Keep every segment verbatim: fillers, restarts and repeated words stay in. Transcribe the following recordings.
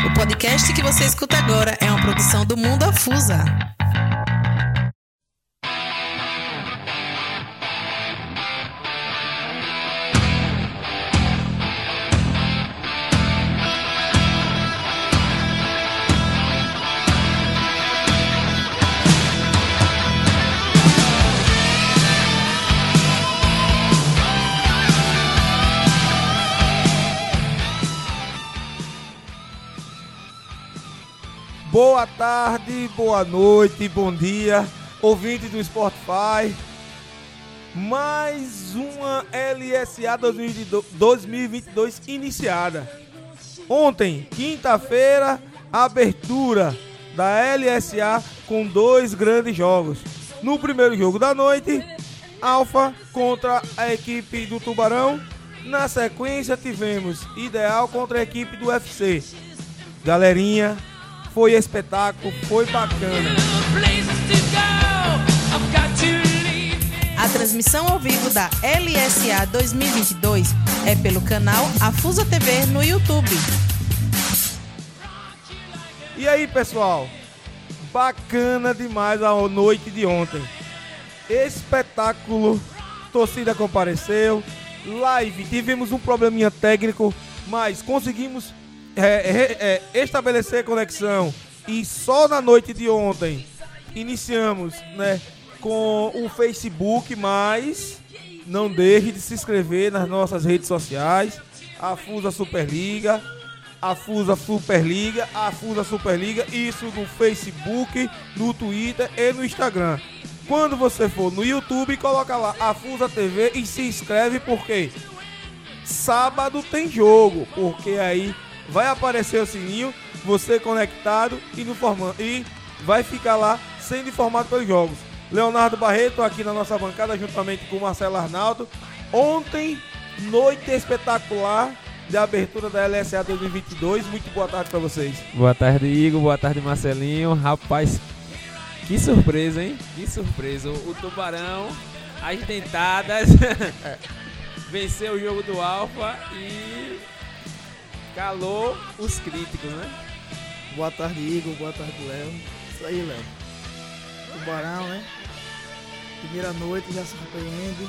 O podcast que você escuta agora é uma produção do Mundo Afusa. Boa tarde, boa noite, bom dia, ouvintes do Spotify. Mais uma L S A dois mil e vinte e dois iniciada. Ontem, quinta-feira, abertura da L S A com dois grandes jogos. No primeiro jogo da noite, Alfa contra a equipe do Tubarão. Na sequência, tivemos Ideal contra a equipe do U F C. Galerinha, foi espetáculo, foi bacana. A transmissão ao vivo da L S A dois mil e vinte e dois é pelo canal Afusa T V no YouTube. E aí, pessoal? Bacana demais a noite de ontem. Espetáculo, torcida compareceu, live, tivemos um probleminha técnico, mas conseguimos É, é, é, estabelecer conexão e só na noite de ontem iniciamos, né, com o Facebook, mas não deixe de se inscrever nas nossas redes sociais, Afusa Superliga, Afusa Superliga, Afusa Superliga, isso no Facebook, no Twitter e no Instagram. Quando você for no YouTube, coloca lá Afusa T V e se inscreve, porque sábado tem jogo, porque aí vai aparecer o sininho, você conectado e, no forma, e vai ficar lá sendo informado pelos jogos. Leonardo Barreto aqui na nossa bancada, juntamente com o Marcelo Arnaldo. Ontem, noite espetacular de abertura da L S A dois mil e vinte e dois. Muito boa tarde para vocês. Boa tarde, Igor. Boa tarde, Marcelinho. Rapaz, que surpresa, hein? Que surpresa. O, o Tubarão, as tentadas, venceu o jogo do Alfa e calou os críticos, né? Boa tarde, Igor. Boa tarde, Léo. Isso aí, Léo. Tubarão, né? Primeira noite já surpreende,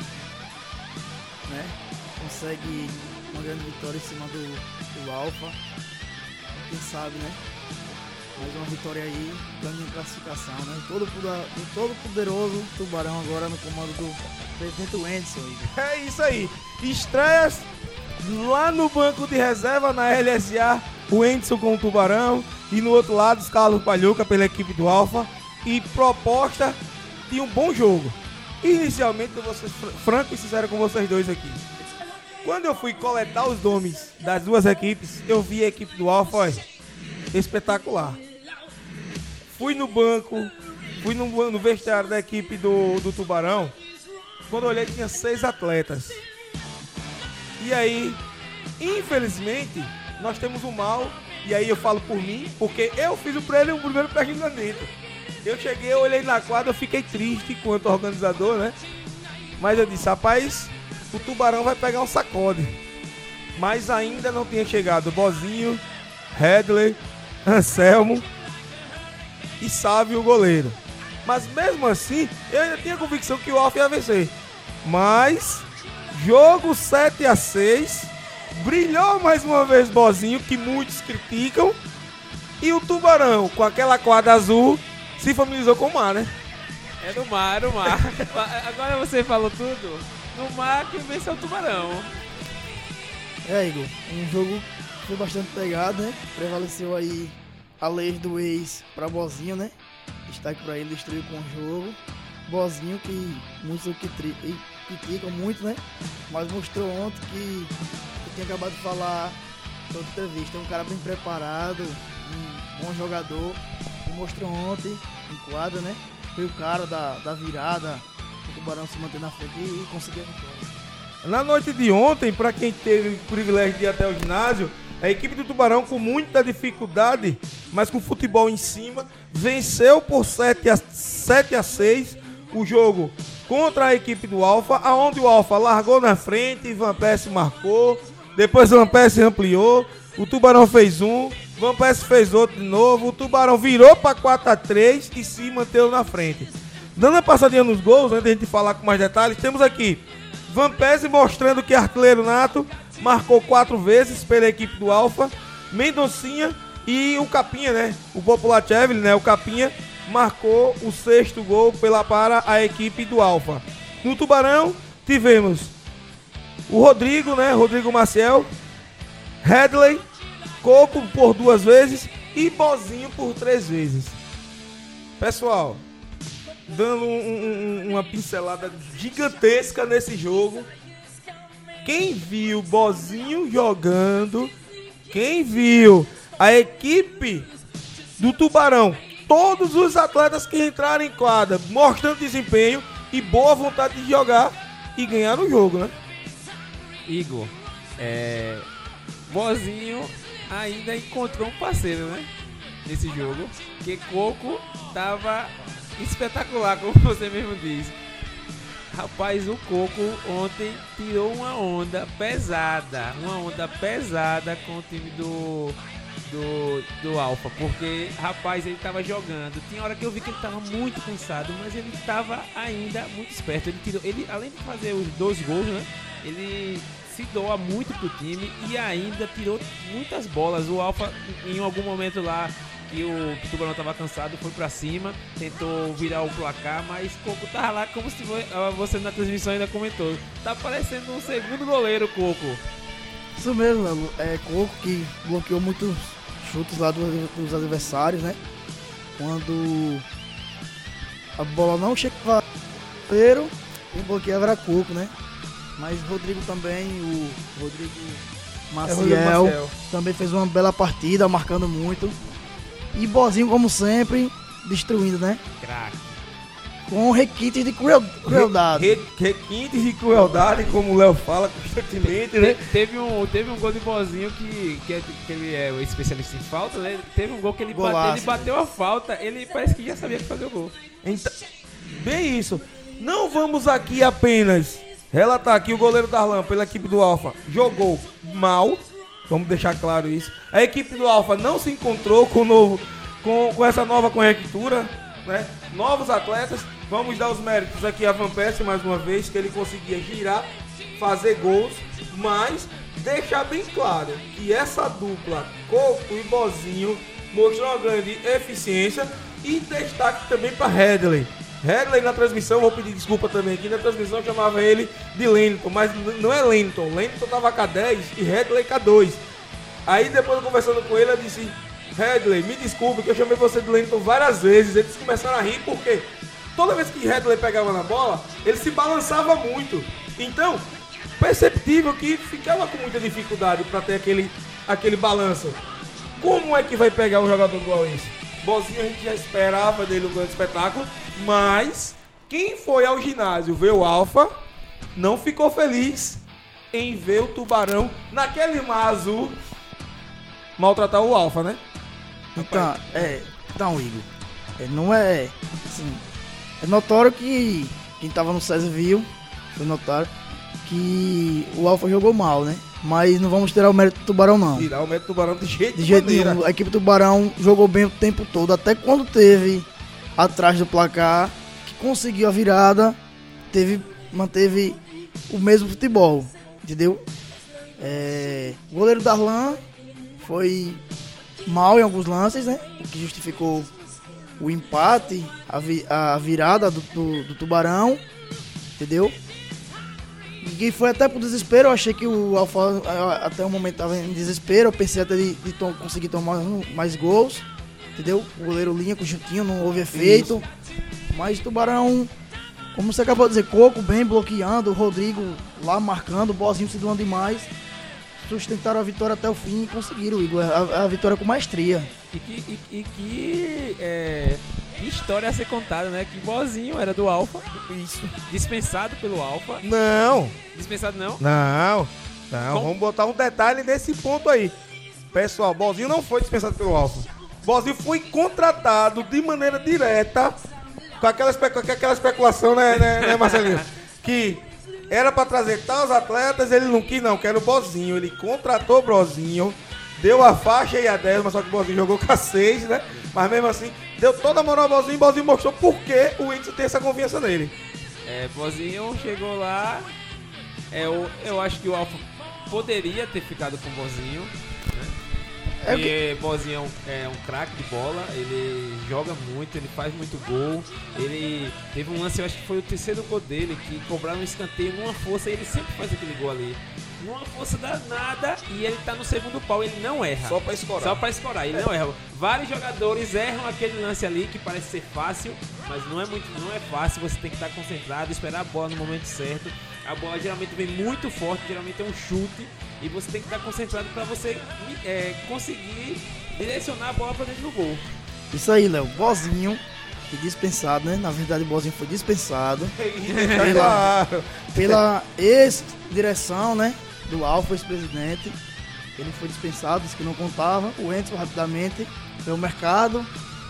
né? Consegue uma grande vitória em cima do, do Alfa. Quem sabe, né? Mais uma vitória aí, ganhando em classificação, né? Todo, todo poderoso Tubarão agora no comando do presidente Wendson, Igor. É isso aí. Estreias lá no banco de reserva na L S A, o Wendson com o Tubarão, e no outro lado os Carlos Palhuca pela equipe do Alfa, e proposta de um bom jogo. Inicialmente, eu vou ser franco e sincero com vocês dois aqui. Quando eu fui coletar os nomes das duas equipes, eu vi a equipe do Alfa, olha, espetacular. Fui no banco, fui no, no vestiário da equipe do, do Tubarão, quando eu olhei tinha seis atletas. E aí, infelizmente, nós temos um mal, e aí eu falo por mim, porque eu fiz o primeiro, o primeiro pré-julgamento. Eu cheguei, eu olhei na quadra, eu fiquei triste enquanto organizador, né? Mas eu disse, rapaz, o Tubarão vai pegar um sacode. Mas ainda não tinha chegado Bozinho, Hedley, Anselmo e Sávio, o goleiro. Mas mesmo assim, eu ainda tinha convicção que o Alfa ia vencer. Mas jogo sete a seis, brilhou mais uma vez Bozinho, que muitos criticam, e o Tubarão, com aquela quadra azul, se familiarizou com o mar, né? É no mar, no mar. Agora você falou tudo. No mar que venceu o Tubarão. É, Igor, um jogo que foi bastante pegado, né? Prevaleceu aí a lei do ex para Bozinho, né? Destaque para ele, destruiu com o jogo. Bozinho, que muitos que criticam muito, né? Mas mostrou ontem que eu tinha acabado de falar na outra entrevista. É um cara bem preparado, um bom jogador. E mostrou ontem em quadra, né? Foi o cara da, da virada, o Tubarão se manter na frente e conseguiu a vitória. Na noite de ontem, para quem teve o privilégio de ir até o ginásio, a equipe do Tubarão, com muita dificuldade, mas com futebol em cima, venceu por sete a seis o jogo contra a equipe do Alfa, aonde o Alfa largou na frente, Van Persie marcou, depois o Van Persie ampliou, o Tubarão fez um, Van Persie fez outro de novo. O Tubarão virou para quatro a três e se manteve na frente. Dando uma passadinha nos gols, antes de a gente falar com mais detalhes, temos aqui Van Persie mostrando que artilheiro nato, marcou quatro vezes pela equipe do Alfa. Mendoncinha e o Capinha, né? O Popolachevili, né? O Capinha marcou o sexto gol pela, para a equipe do Alfa. No Tubarão, tivemos o Rodrigo, né? Rodrigo Maciel, Headley, Coco por duas vezes e Bozinho por três vezes. Pessoal, dando um, um, uma pincelada gigantesca nesse jogo. Quem viu Bozinho jogando, quem viu a equipe do Tubarão, todos os atletas que entraram em quadra mostrando desempenho e boa vontade de jogar e ganhar o jogo, né? Igor, é... Bozinho ainda encontrou um parceiro, né? Nesse jogo. Porque Coco tava espetacular, como você mesmo diz. Rapaz, o Coco ontem tirou uma onda pesada. Uma onda pesada com o time do... Do, do Alfa, porque, rapaz, ele tava jogando. Tinha hora que eu vi que ele tava muito cansado, mas ele tava ainda muito esperto. Ele tirou, ele, além de fazer os dois gols, né? Ele se doa muito pro time e ainda tirou muitas bolas. O Alfa, em algum momento lá, que o, que o Tubarão tava cansado, foi pra cima, tentou virar o placar, mas Coco tava lá, como se você na transmissão ainda comentou. Tá parecendo um segundo goleiro, Coco. Isso mesmo, é Coco que bloqueou muitos chutes lá dos, dos adversários, né? Quando a bola não chegava inteiro, quem bloqueava era Coco, né? Mas Rodrigo também, o Rodrigo Maciel, é Rodrigo Maciel também fez uma bela partida, marcando muito. E Bozinho, como sempre, destruindo, né? Craque. Com requintes de cruel, crueldade. Re, re, requintes de crueldade, como o Léo fala constantemente, né? Te, teve, um, teve um gol de Bozinho que, que, que ele é o especialista em falta, né? Teve um gol que ele, bate, ele bateu a falta, ele parece que já sabia que fazer o gol. Então, bem isso. Não vamos aqui apenas relatar que o goleiro Darlan, pela equipe do Alfa, jogou mal. Vamos deixar claro isso. A equipe do Alfa não se encontrou com, o novo, com, com essa nova conjectura, né? Novos atletas. Vamos dar os méritos aqui a Van Persie mais uma vez, que ele conseguia girar, fazer gols, mas deixar bem claro que essa dupla Coco e Bozinho mostrou uma grande eficiência. E destaque também para Headley. Headley na transmissão, vou pedir desculpa também aqui, na transmissão eu chamava ele de Lenton, mas não é Lenton. Lenton tava K dez e Headley K dois. Aí depois conversando com ele, eu disse: Headley, me desculpe que eu chamei você de Lenton várias vezes. Eles começaram a rir porque toda vez que Headley pegava na bola, ele se balançava muito. Então, perceptível que ficava com muita dificuldade para ter aquele, aquele balanço. Como é que vai pegar um jogador igual esse? Bozinho a gente já esperava dele um grande espetáculo, mas quem foi ao ginásio ver o Alfa não ficou feliz em ver o Tubarão naquele mar azul maltratar o Alfa, né? Então, é, então, Igor, é, não é, assim, é notório que quem tava no César viu, foi notório que o Alfa jogou mal, né? Mas não vamos tirar o mérito do Tubarão, não. Tirar o mérito do Tubarão de jeito, de jeito nenhum. A equipe do Tubarão jogou bem o tempo todo, até quando teve atrás do placar, que conseguiu a virada, teve, manteve o mesmo futebol, entendeu? É, o goleiro Darlan foi mal em alguns lances, né? O que justificou o empate, a, vi, a virada do, do, do Tubarão, entendeu? E foi até pro desespero. Eu achei que o Alfa até o momento estava em desespero. Eu pensei até de, de to- conseguir tomar mais gols, entendeu? O goleiro linha com o chutinho, não houve efeito. Isso. Mas o Tubarão, como você acabou de dizer, Coco bem bloqueando, o Rodrigo lá marcando, o Bozinho se doando demais. Sustentaram a vitória até o fim e conseguiram, Igor, a, a vitória com maestria. E que, e, e que é, história a ser contada, né? Que Bozinho era do Alfa. Isso. Dispensado pelo Alfa. Não. Dispensado não? Não. Não, vamos botar um detalhe nesse ponto aí. Pessoal, Bozinho não foi dispensado pelo Alfa. Bozinho foi contratado de maneira direta com aquela, espe- com aquela especulação, né, né, né Marcelinho? Que era pra trazer tais atletas, ele não quis, não, quero o Bozinho. Ele contratou o Bozinho deu a faixa e a décima, só que o Bozinho jogou com a seis, né? Mas mesmo assim, deu toda a moral ao Bozinho e o Bozinho mostrou por que o Whindersson tem essa confiança nele. É, Bozinho chegou lá, é, eu, eu acho que o Alfa poderia ter ficado com o Bozinho, né? É Porque Bozinho é um, é um craque de bola, ele joga muito, ele faz muito gol. Ele teve um lance, eu acho que foi o terceiro gol dele, que cobraram um escanteio numa força e ele sempre faz aquele gol ali. Numa força danada e ele tá no segundo pau, ele não erra. Só pra escorar. Só pra escorar, ele é. não erra. Vários jogadores erram aquele lance ali que parece ser fácil, mas não é muito, não é fácil, você tem que estar concentrado, esperar a bola no momento certo. A bola geralmente vem muito forte, geralmente é um chute, e você tem que estar concentrado pra você é, conseguir direcionar a bola pra dentro do gol. Isso aí, Léo. Bozinho foi dispensado, né? Na verdade, o Bozinho foi dispensado pela, pela ex-direção, né? Do Alfa, ex-presidente. Ele foi dispensado, disse que não contava. O Whindersson rapidamente foi ao mercado,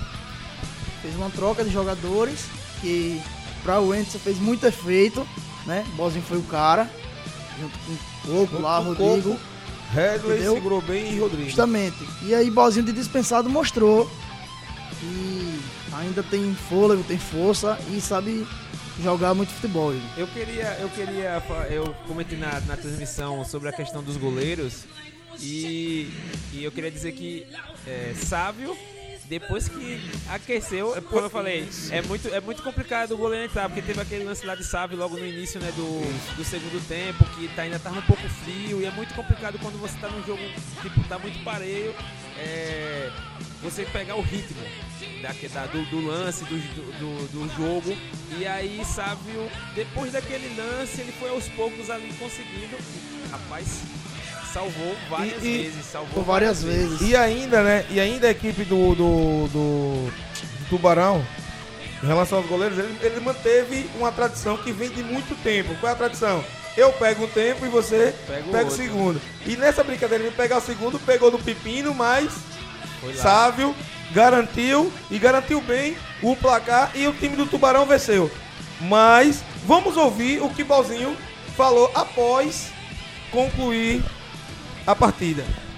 fez uma troca de jogadores que para o Whindersson fez muito efeito, né? Bozinho foi o cara, junto com o Coco lá, Rodrigo. Redley segurou bem e Rodrigo. Justamente. E aí Bozinho de dispensado mostrou que ainda tem fôlego, tem força e sabe jogar muito futebol. Ele. Eu queria, eu queria, eu comentei na, na transmissão sobre a questão dos goleiros e, e eu queria dizer que é, Sávio, depois que aqueceu, como eu falei, é muito, é muito complicado o goleiro entrar, porque teve aquele lance lá de Sávio logo no início, né, do, do segundo tempo, que tá, ainda tá um pouco frio, e é muito complicado quando você tá num jogo, tipo, tá muito pareio, é, você pegar o ritmo da, da, do, do lance, do, do, do jogo, e aí Sávio, depois daquele lance, ele foi aos poucos ali conseguindo, rapaz... Salvou várias e, vezes, salvou várias, várias vezes. vezes. E ainda, né? E ainda a equipe do, do, do, do Tubarão, em relação aos goleiros, ele, ele manteve uma tradição que vem de muito tempo. Qual é a tradição? Eu pego um tempo e você Pego pega o segundo. E nessa brincadeira de pegar o segundo, pegou no pepino, mas Sávio garantiu e garantiu bem o placar e o time do Tubarão venceu. Mas vamos ouvir o que Bozinho falou após concluir a partida.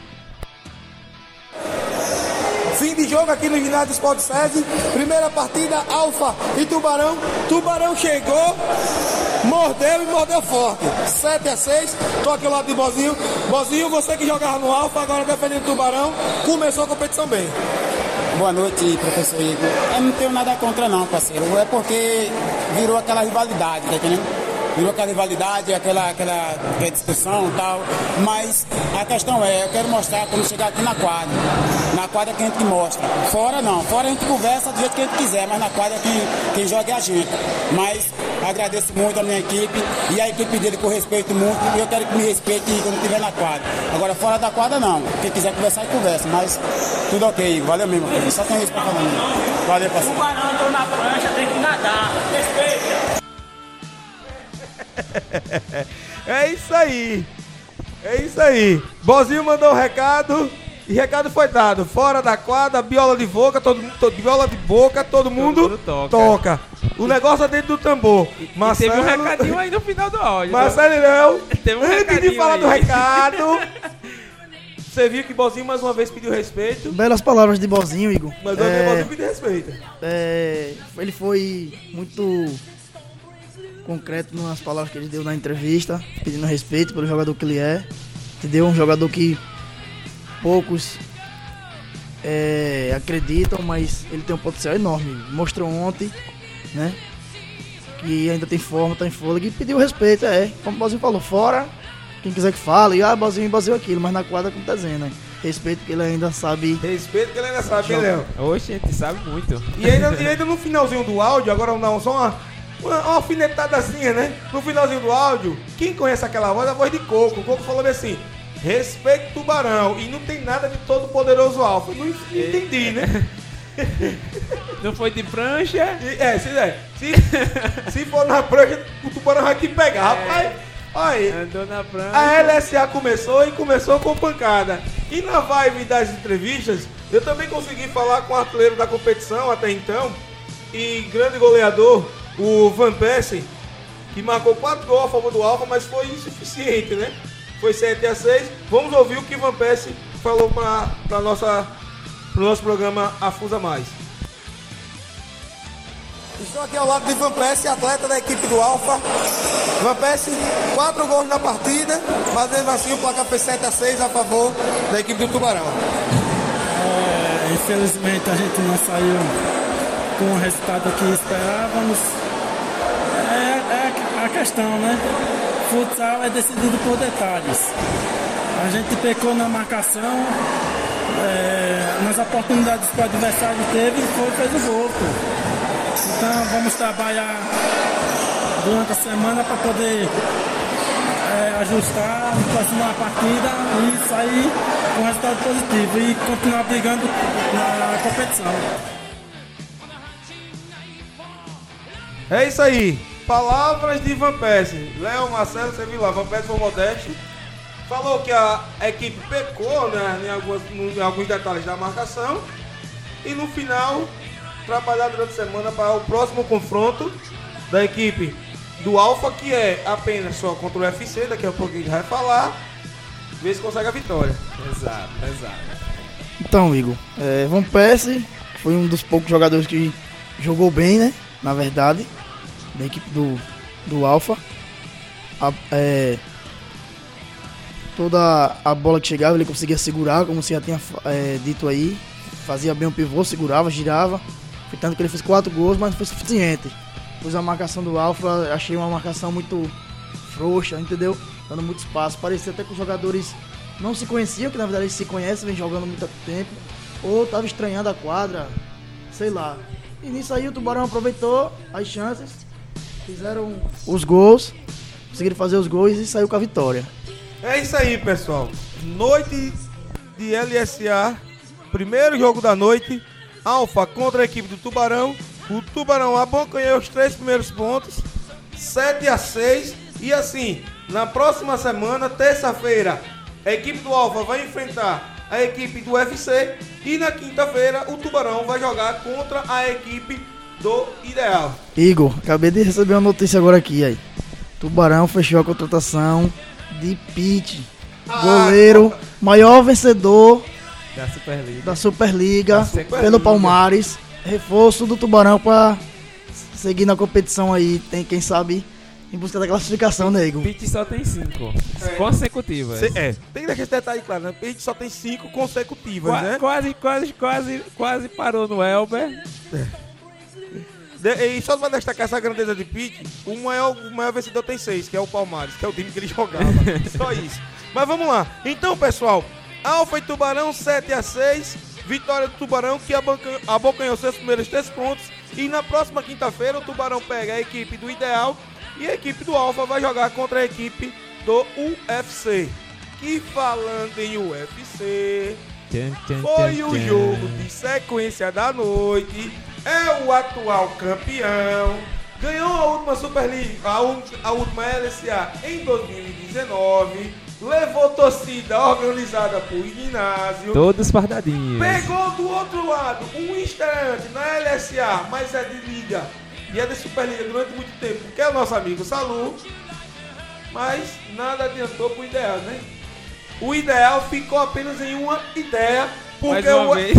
Fim de jogo aqui no ginásio Sport SESI. Primeira partida, Alfa e Tubarão. Tubarão chegou, mordeu e mordeu forte. sete a seis. Tô aqui ao lado de Bozinho. Bozinho, você que jogava no Alfa, agora defendendo o Tubarão, começou a competição bem. Boa noite, professor Igor. Eu não tenho nada contra não, parceiro. É porque virou aquela rivalidade, tá entendendo? Virou aquela rivalidade, aquela, aquela, aquela discussão e tal. Mas a questão é, eu quero mostrar quando chegar aqui na quadra. Na quadra que a gente mostra. Fora não, fora a gente conversa do jeito que a gente quiser, mas na quadra quem, quem joga é a gente. Mas agradeço muito a minha equipe e a equipe dele que eu respeito muito e eu quero que me respeite quando estiver na quadra. Agora fora da quadra não. Quem quiser conversar, conversa. Mas tudo ok, valeu mesmo. Só tenho isso pra falar mesmo. Valeu, parceiro. O Tubarão entrou na prancha, tem que nadar. Respeita. É isso aí. É isso aí. Bozinho mandou um recado e recado foi dado. Fora da quadra, viola de boca, todo mundo, todo, viola de boca, todo mundo, todo mundo toca. toca. O negócio é dentro do tambor. E, Marcelo, e teve um recadinho aí no final do áudio. Marcelo e Léo, teve um antes de falar aí. do recado, você viu que Bozinho mais uma vez pediu respeito. Belas palavras de Bozinho, Igor. Mas é, Bozinho pediu respeito. É, ele foi muito concreto nas palavras que ele deu na entrevista, pedindo respeito pelo jogador que ele é. Entendeu? Um jogador que poucos é, acreditam, mas ele tem um potencial enorme. Mostrou ontem, né? Que ainda tem forma, tá em fôlego e pediu respeito, é. Como o Bozinho falou, fora, quem quiser que fale, ah, Bozinho, Bozinho aquilo, mas na quadra como tá dizendo, né? Respeito que ele ainda sabe. Respeito que ele ainda sabe, hein, Léo? Oxe, a gente sabe muito. E ainda, e ainda no finalzinho do áudio, agora não, só uma. Uma, uma alfinetadazinha, né? No finalzinho do áudio, quem conhece aquela voz é a voz de Coco. O Coco falou assim: respeito Tubarão. E não tem nada de todo poderoso Alfa. Não entendi, né? Não foi de prancha? E, é, se, é, se, se for na prancha, o Tubarão vai te pegar. É. Rapaz, olha aí. Andou na prancha. A L S A começou e começou com pancada. E na vibe das entrevistas, eu também consegui falar com o artilheiro da competição até então e grande goleador, o Van Persie, que marcou quatro gols a favor do Alfa, mas foi insuficiente, né? Foi sete a seis. Vamos ouvir o que Van Persie falou para para nossa pro nosso programa Afusa Mais. Estou aqui ao lado de Van Persie, atleta da equipe do Alfa. Van Persie, quatro gols na partida, mas mesmo assim o placar foi sete a seis a favor da equipe do Tubarão. É, infelizmente a gente não saiu com o resultado que esperávamos. É, é a questão, né? Futsal é decidido por detalhes. A gente pecou na marcação, é, nas oportunidades que o adversário teve, foi fez o gol. Pô. Então vamos trabalhar durante a semana para poder é, ajustar, próxima partida e sair com um resultado positivo e continuar brigando na competição. É isso aí. Palavras de Van Persie. Léo, Marcelo, você viu lá, Van Persie foi modesto. Falou que a equipe pecou, né, em, algumas, em alguns detalhes da marcação. E no final, trabalhar durante a semana para o próximo confronto da equipe do Alfa, que é apenas só contra o U F C. Daqui a pouco a gente vai falar. Ver se consegue a vitória. Exato, exato. Então, Igor, é, Van Persie foi um dos poucos jogadores que jogou bem, né? Na verdade, da equipe do, do Alfa. A, é, toda a bola que chegava ele conseguia segurar, como você já tinha é, dito aí. Fazia bem o pivô, segurava, girava. Foi tanto que ele fez quatro gols, mas não foi suficiente. Pois a marcação do Alfa, achei uma marcação muito frouxa, entendeu? Dando muito espaço. Parecia até que os jogadores não se conheciam, que na verdade eles se conhecem, vem jogando muito tempo. Ou estavam estranhando a quadra, sei lá. E nisso aí o Tubarão aproveitou as chances, fizeram os gols, conseguiram fazer os gols e saiu com a vitória. É isso aí, pessoal. Noite de L S A, primeiro jogo da noite. Alfa contra a equipe do Tubarão. O Tubarão abocanhou os três primeiros pontos, sete a seis. E assim, na próxima semana, terça-feira, a equipe do Alfa vai enfrentar a equipe do U F C. E na quinta-feira, o Tubarão vai jogar contra a equipe do Ideal. Igor, acabei de receber uma notícia agora aqui. Aí. Tubarão fechou a contratação de Pete, ah, goleiro, ah, maior vencedor da Superliga, da Superliga, da Superliga. Pelo Palmares. Reforço do Tubarão para seguir na competição aí. Tem quem sabe em busca da classificação, né, Igor? Pete só tem cinco é. consecutivas. Cê, é, tem que deixar esse detalhe claro, né? Pete só tem cinco consecutivas, Qua, né? Quase, quase, quase, quase parou no Elber. É. De, e só para destacar essa grandeza de Pete, o maior, o maior vencedor tem seis, que é o Palmares, que é o time que ele jogava. Só isso. Mas vamos lá. Então, pessoal, Alfa e Tubarão sete a seis. Vitória do Tubarão, que abocanhou seus primeiros três pontos. E na próxima quinta-feira o Tubarão pega a equipe do Ideal e a equipe do Alfa vai jogar contra a equipe do U F C. Que falando em U F C, foi o jogo de sequência da noite. É o atual campeão. Ganhou a última Superliga, a, a última L S A em dois mil e dezenove. Levou torcida organizada por ginásio. Todos fardadinhos. Pegou do outro lado um estreante na L S A, mas é de liga e é de Superliga durante muito tempo, que é o nosso amigo Salu. Mas nada adiantou pro Ideal, né? O Ideal ficou apenas em uma ideia. Porque Mais uma o vez.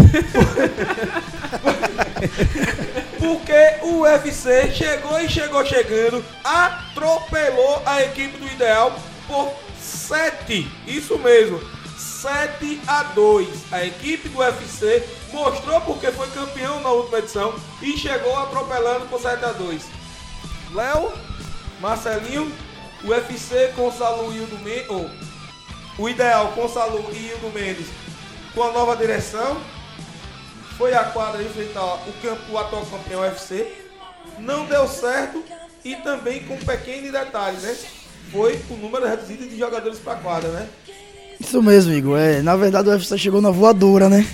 Porque o U F C chegou e chegou chegando, atropelou a equipe do Ideal por sete, isso mesmo, sete a dois. A equipe do U F C mostrou porque foi campeão na última edição e chegou atropelando por sete a dois. Léo, Marcelinho, o U F C com Salu e Hildo Mendes, ou o Ideal com Salu e Hildo Mendes com a nova direção, foi a quadra enfrentar o, campo, o atual campeão U F C, não deu certo e também com um pequeno detalhe, né? Foi o número reduzido de jogadores para quadra, né? Isso mesmo, Igor. É, na verdade o U F C chegou na voadora, né?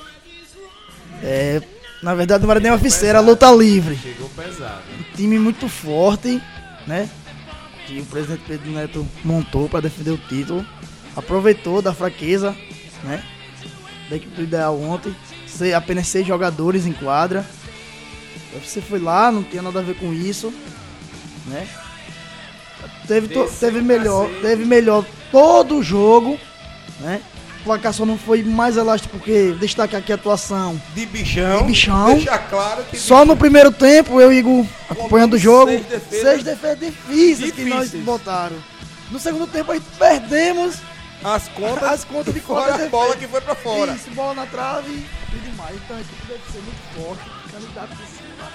É, na verdade não era nem U F C, era luta livre. Chegou pesado. Um time muito forte, né? Que o presidente Pedro Neto montou para defender o título. Aproveitou da fraqueza, né? Da equipe do Ideal ontem. Sei, apenas seis jogadores em quadra. O U F C foi lá, não tinha nada a ver com isso, né? Teve, to, teve, melhor, teve melhor todo o jogo, né? O placar só não foi mais elástico porque destaca aqui a atuação De bichão. de Bichão. Deixa claro que Só no primeiro tempo, eu e Igor acompanhando o jogo, seis defesas. seis defesas difíceis que nós Difíceis. botaram. No segundo tempo a gente perdemos as contas, as contas de fora quantas a bola defesas. que foi pra fora. Isso, bola na trave e demais. Então a equipe deve ser muito forte, candidato de cima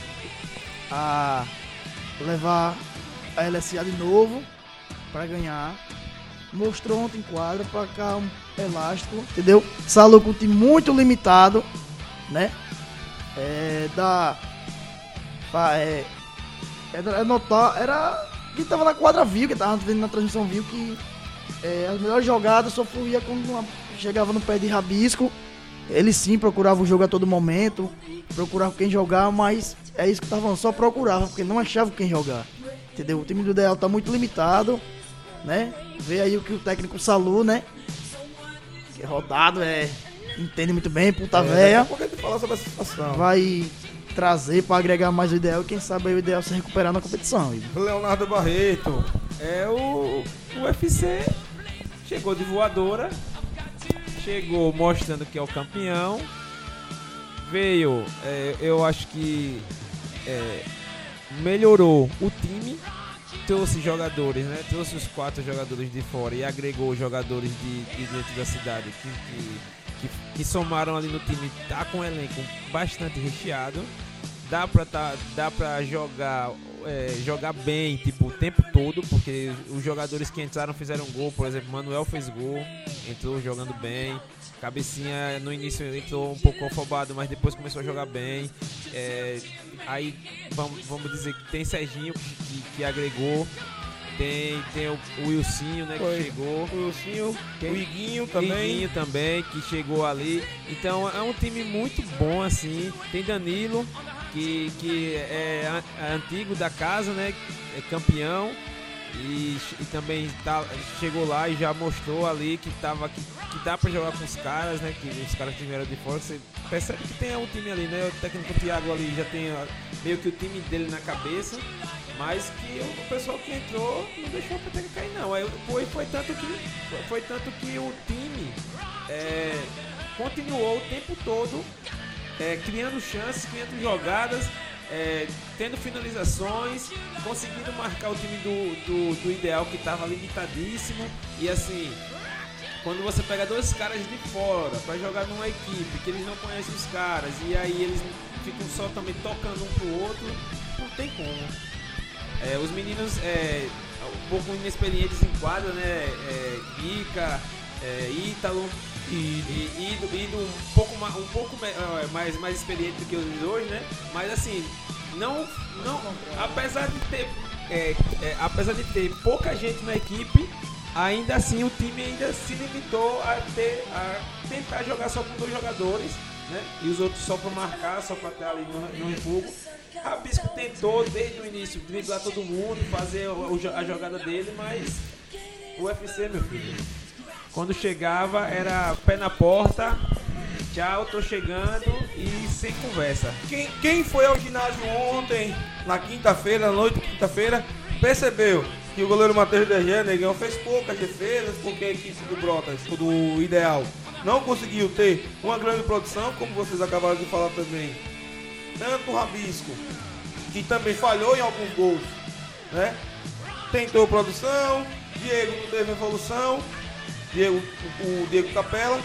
a levar a L S A de novo para ganhar. Mostrou ontem em quadra, para cá um elástico, entendeu? Salou com um time muito limitado, né? É, da, pra, é, era notar, era quem tava na quadra viu, quem tava vendo na transmissão viu que é, as melhores jogadas só fluía quando uma, chegava no pé de Rabisco. Ele sim procurava o jogo a todo momento, procurava quem jogar, mas é isso que eu tava falando, só procurava, porque não achava quem jogar, entendeu? O time do Ideal tá muito limitado, né? Vê aí o que o técnico Salu, né? Que é rodado, é, entende muito bem, puta É, véia. daqui a pouco a gente fala sobre essa situação. Vai trazer pra agregar mais o Ideal e quem sabe aí o Ideal se recuperar na competição. Igor. Leonardo Barreto. É o, o U F C chegou de voadora, chegou mostrando que é o campeão, veio, é, eu acho que é, melhorou o time, trouxe jogadores, né? Trouxe os quatro jogadores de fora e agregou jogadores de, de dentro da cidade que, que, que, que somaram ali no time, tá com um elenco bastante recheado. Dá pra, tá, dá pra jogar, é, jogar bem, tipo, o tempo todo, porque os jogadores que entraram fizeram gol. Por exemplo, Manuel fez gol, entrou jogando bem. Cabecinha no início entrou um pouco afobado, mas depois começou a jogar bem. É, aí vamos, vamos dizer que tem Serginho que, que agregou. Tem, tem o, o Wilsinho, né, Foi. que chegou. O Wilsinho, Quem- o Iguinho também. Iguinho também, que chegou ali. Então é um time muito bom, assim. Tem Danilo, que, que é, a- é antigo da casa, né? É campeão. E, e também tá, chegou lá e já mostrou ali que, tava, que, que dá pra jogar com os caras, né? Que os caras que vieram de fora. Você percebe que tem um time ali, né? O técnico Thiago ali já tem ó, meio que o time dele na cabeça. Mas que o pessoal que entrou não deixou a peteca cair, não. Aí foi, foi, tanto que, foi, foi tanto que o time é, continuou o tempo todo é, criando chances, criando jogadas, é, tendo finalizações, conseguindo marcar o time do, do, do Ideal, que estava limitadíssimo. E assim, quando você pega dois caras de fora para jogar numa equipe que eles não conhecem os caras, e aí eles ficam só também tocando um pro outro, não tem como. É, os meninos é, um pouco inexperientes em quadra, né? É, Gica, é, Ítalo e, e, Ido, Ido um pouco, ma- um pouco me- é, mais, mais experiente do que os dois, né? Mas assim, não, não, apesar de ter, é, é, apesar de ter pouca gente na equipe, ainda assim o time ainda se limitou a ter, a tentar jogar só com dois jogadores, né? E os outros só para marcar, só para estar ali no, no refugo. Rabisco tentou desde o início driblar todo mundo, fazer o- o- a jogada dele, mas o U F C, meu filho, quando chegava era pé na porta, tchau, tô chegando e sem conversa. Quem, quem foi ao ginásio ontem, na quinta-feira, na noite de quinta-feira, percebeu que o goleiro Matheus D G, Negão, fez poucas defesas, porque a equipe do Brotas, do Ideal, não conseguiu ter uma grande produção, como vocês acabaram de falar também. Tanto o Rabisco, que também falhou em alguns gols, né? Tentou produção, Diego não teve evolução, Diego, o Diego Capela,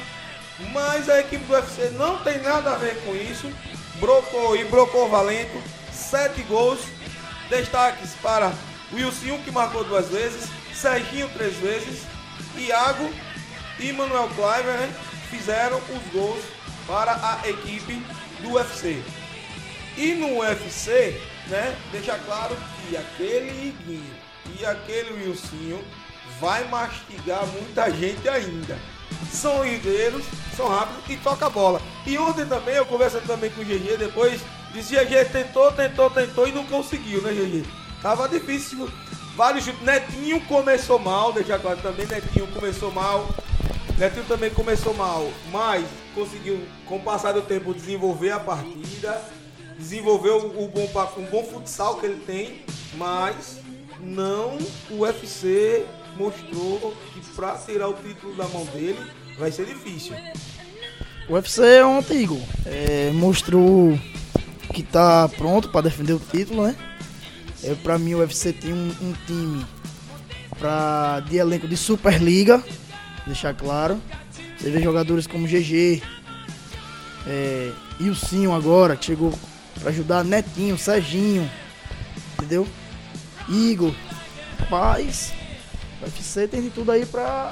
mas a equipe do U F C não tem nada a ver com isso. Brocou e brocou valendo, sete gols, destaques para Wilson, que marcou duas vezes, Serginho três vezes, Iago e Manuel Cliver, né, fizeram os gols para a equipe do U F C. E no U F C, né, deixa claro que aquele Iguinho e aquele Wilson vai mastigar muita gente ainda. São ligeiros, são rápidos e toca a bola. E ontem também, eu conversando também com o G G, depois disse, G G tentou, tentou, tentou e não conseguiu, né, G G? Tava difícil, vários chutes. Netinho começou mal, deixa claro também, Netinho começou mal. Netinho também começou mal, mas conseguiu, com o passar do tempo, desenvolver a partida, desenvolveu o bom, um bom futsal que ele tem, mas não, o U F C mostrou que para tirar o título da mão dele, vai ser difícil. O U F C ontem, Igor, é, mostrou que tá pronto para defender o título, né? É, pra mim, o U F C tem um, um time pra, de elenco de Superliga, deixar claro. Você vê jogadores como G G, é, Ilcinho agora, que chegou pra ajudar, Netinho, Serginho, entendeu? Igor, Paz, o U F C tem de tudo aí pra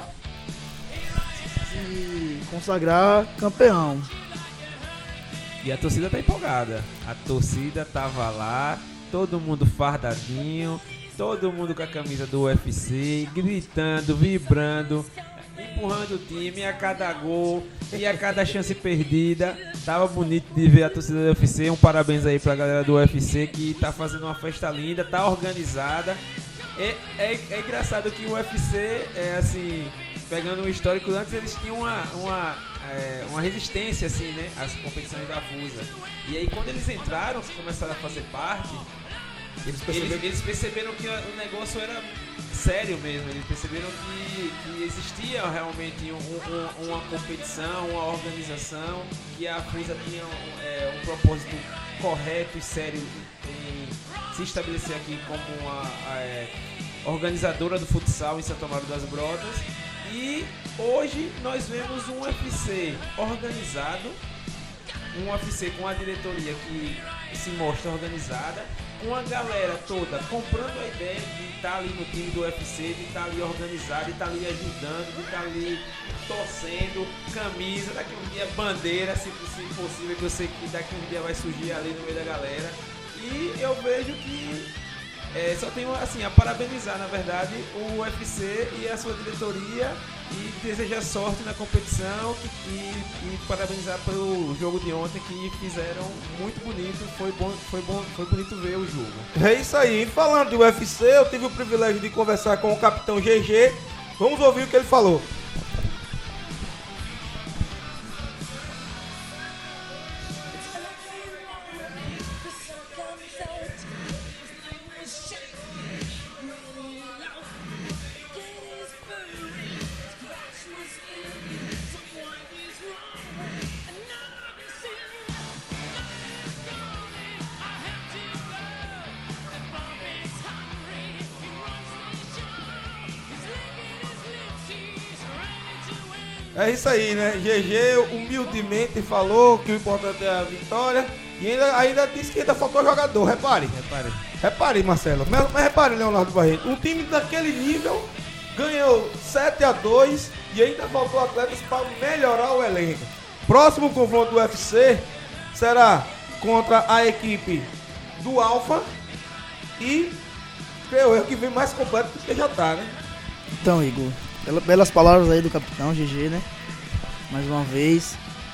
se consagrar campeão. E a torcida tá empolgada. A torcida tava lá, todo mundo fardadinho, todo mundo com a camisa do U F C, gritando, vibrando, empurrando o time a cada gol e a cada chance perdida. Tava bonito de ver a torcida do U F C. Um parabéns aí pra galera do U F C que tá fazendo uma festa linda, tá organizada. É, é, é engraçado que o U F C, é assim, pegando um histórico, antes eles tinham uma, uma, é, uma resistência, assim, né, às competições da Fusa. E aí quando eles entraram, começaram a fazer parte, eles perceberam, eles, eles perceberam que o negócio era sério mesmo. Eles perceberam que, que existia realmente um, um, uma competição, uma organização, que a Fusa tinha um, é, um propósito correto e sério em se estabelecer aqui como uma é, organizadora do futsal em Santo Amaro das Brotas. E hoje nós vemos um U F C organizado, um U F C com a diretoria que se mostra organizada, com a galera toda comprando a ideia de estar ali no time do U F C, de estar ali organizado, de estar ali ajudando, de estar ali torcendo, camisa, daqui um dia bandeira, se possível, que eu sei que daqui um dia vai surgir ali no meio da galera. E eu vejo que é, só tenho assim, a parabenizar, na verdade, o U F C e a sua diretoria e desejar sorte na competição e, e parabenizar pelo jogo de ontem, que fizeram muito bonito. Foi bom, foi bom, foi bonito ver o jogo. É isso aí. Falando do U F C, eu tive o privilégio de conversar com o capitão G G. Vamos ouvir o que ele falou. É isso aí, né? G G humildemente falou que o importante é a vitória e ainda, ainda disse que ainda faltou jogador. Repare. Repare. Repare, Marcelo. Mas, mas repare, Leonardo Barreto. Um time daquele nível ganhou sete a dois e ainda faltou atletas para melhorar o elenco. Próximo confronto do U F C será contra a equipe do Alfa e creio eu que vem mais completo do que já tá, né? Então, Igor, belas palavras aí do capitão G G, né? Mais uma vez.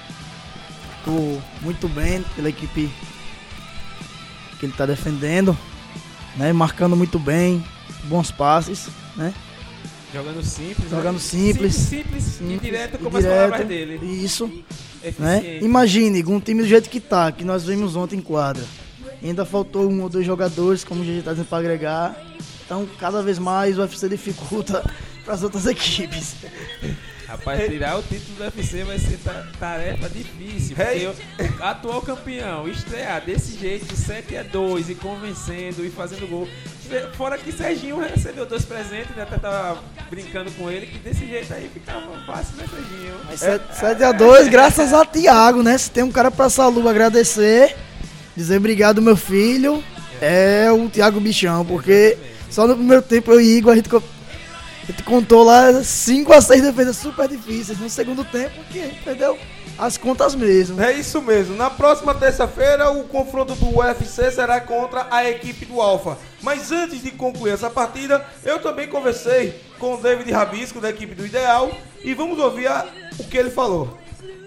Tô muito bem pela equipe que ele tá defendendo, né? Marcando muito bem, bons passes, né? Jogando simples. Jogando né? simples. Simples, simples, simples e direto e como direto, as palavras dele. Isso. Eficiente. Né? Imagine, um time do jeito que tá, que nós vimos ontem em quadra. Ainda faltou um ou dois jogadores, como a gente tá dizendo, pra agregar. Então, cada vez mais o U F C dificulta para as outras equipes. Rapaz, tirar o título do U F C vai ser ta- tarefa difícil. Porque o atual campeão estrear desse jeito, sete a dois, e convencendo e fazendo gol. Fora que Serginho recebeu dois presentes, né? Até tava brincando com ele, que desse jeito aí ficava fácil, né, Serginho? Mas sete a dois, graças a Thiago, né? Se tem um cara pra Salu agradecer, dizer obrigado, meu filho, é o Thiago Bichão, porque só no primeiro tempo eu e Igor, a gente, a gente contou lá cinco a seis defesas super difíceis. No segundo tempo, que a gente perdeu as contas mesmo. É isso mesmo. Na próxima terça-feira, o confronto do U F C será contra a equipe do Alfa. Mas antes de concluir essa partida, eu também conversei com o David Rabisco, da equipe do Ideal, e vamos ouvir a, o que ele falou.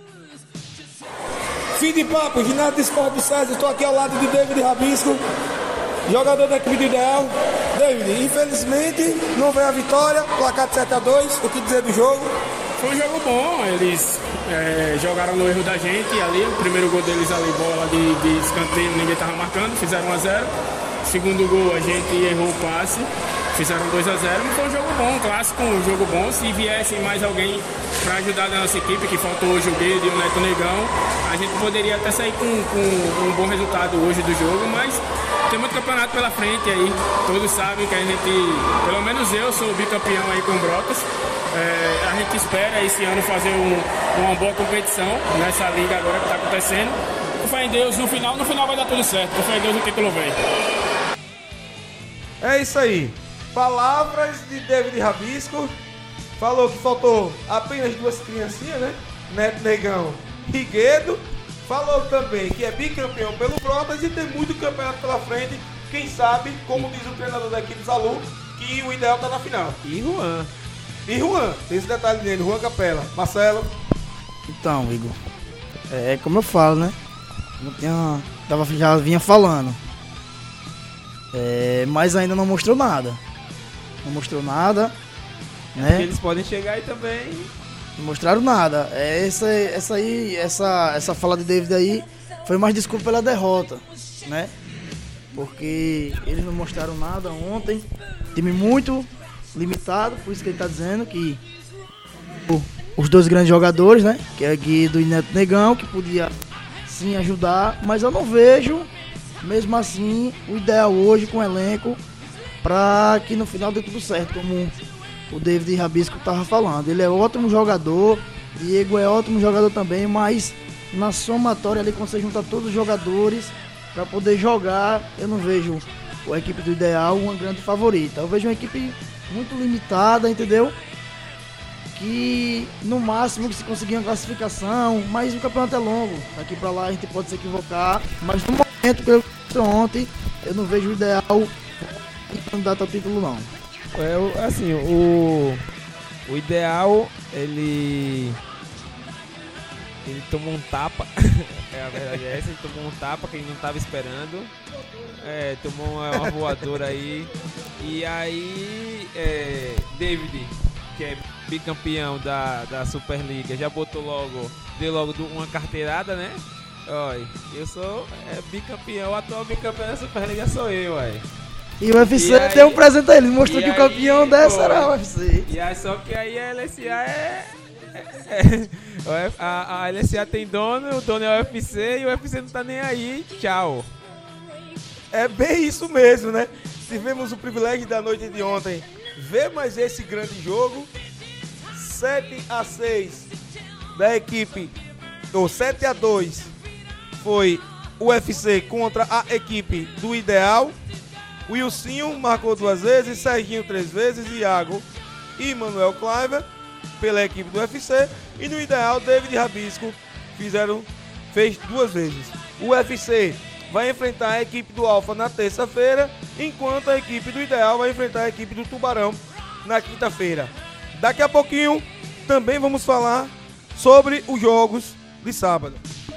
Fim de papo, ginásio de esporte do César. Estou aqui ao lado de David Rabisco, jogador da equipe do Ideal. David, infelizmente não veio a vitória, placar de sete a dois, o que dizer do jogo? Foi um jogo bom, eles é, jogaram no erro da gente ali, o primeiro gol deles ali, bola de, de escanteio, ninguém estava marcando, fizeram um a zero. Segundo gol a gente errou o passe, fizeram dois a zero, mas foi um jogo bom, um clássico, um jogo bom. Se viessem mais alguém para ajudar a nossa equipe, que faltou hoje o Guedes e o Neto Negão. A gente poderia até sair com, com um bom resultado hoje do jogo, mas tem muito campeonato pela frente aí. Todos sabem que a gente, pelo menos eu sou bicampeão aí com o Brotas. É, a gente espera esse ano fazer um, uma boa competição nessa liga agora que está acontecendo. Com fé em Deus, no final, no final vai dar tudo certo. Com fé em Deus, o título vem. É isso aí. Palavras de David Rabisco. Falou que faltou apenas duas criancinhas, né? Neto Negão e Guedo. Falou também que é bicampeão pelo Brotas e tem muito campeonato pela frente. Quem sabe, como diz o treinador da equipe Zalu, que o ideal tá na final. E Juan. E Juan, tem esse detalhe dele, Juan Capela. Marcelo. Então, Igor, é como eu falo, né? Não tinha, tava, já vinha falando. É, mas ainda não mostrou nada. Não mostrou nada. Né? Eles podem chegar aí também. Não mostraram nada. É, essa, essa aí, essa, essa fala de David aí foi mais desculpa pela derrota, né? Porque eles não mostraram nada ontem. Time muito limitado, por isso que ele tá dizendo que o, os dois grandes jogadores, né? Que é Guido e Neto Negão, que podia sim ajudar, mas eu não vejo, mesmo assim, o ideal hoje com o elenco para que no final dê tudo certo, como o David Rabisco tava falando. Ele é ótimo jogador, Diego é ótimo jogador também, mas na somatória ali, quando você junta todos os jogadores para poder jogar, eu não vejo a equipe do ideal uma grande favorita. Eu vejo uma equipe muito limitada, entendeu? Que no máximo que se conseguir uma classificação, mas o campeonato é longo, daqui para lá a gente pode se equivocar, mas no momento que eu vi ontem, eu não vejo o ideal de candidato ao título não. É, assim, o, o ideal, ele ele tomou um tapa, é, a verdade é essa, ele tomou um tapa que ele não estava esperando, é, tomou uma, uma voadora aí, e aí é, David, que é bicampeão da, da Superliga, já botou logo, deu logo uma carteirada, né? Olha, eu sou é, bicampeão, o atual bicampeão da Superliga sou eu, ué. E o U F C aí, deu um presente a ele, mostrou que aí, o campeão dessa pô, era o U F C. E aí, só que aí a L S A é... é, é a, a L S A tem dono, o dono é o U F C e o U F C não tá nem aí, tchau. É bem isso mesmo, né? Tivemos o privilégio da noite de ontem ver mais esse grande jogo. sete a seis da equipe, ou sete a dois foi o U F C contra a equipe do Ideal. O Wilsinho marcou duas vezes, Serginho três vezes, Iago e Manuel Cliver pela equipe do U F C. E no Ideal, David Rabisco fizeram, fez duas vezes. O U F C vai enfrentar a equipe do Alfa na terça-feira, enquanto a equipe do Ideal vai enfrentar a equipe do Tubarão na quinta-feira. Daqui a pouquinho também vamos falar sobre os jogos de sábado.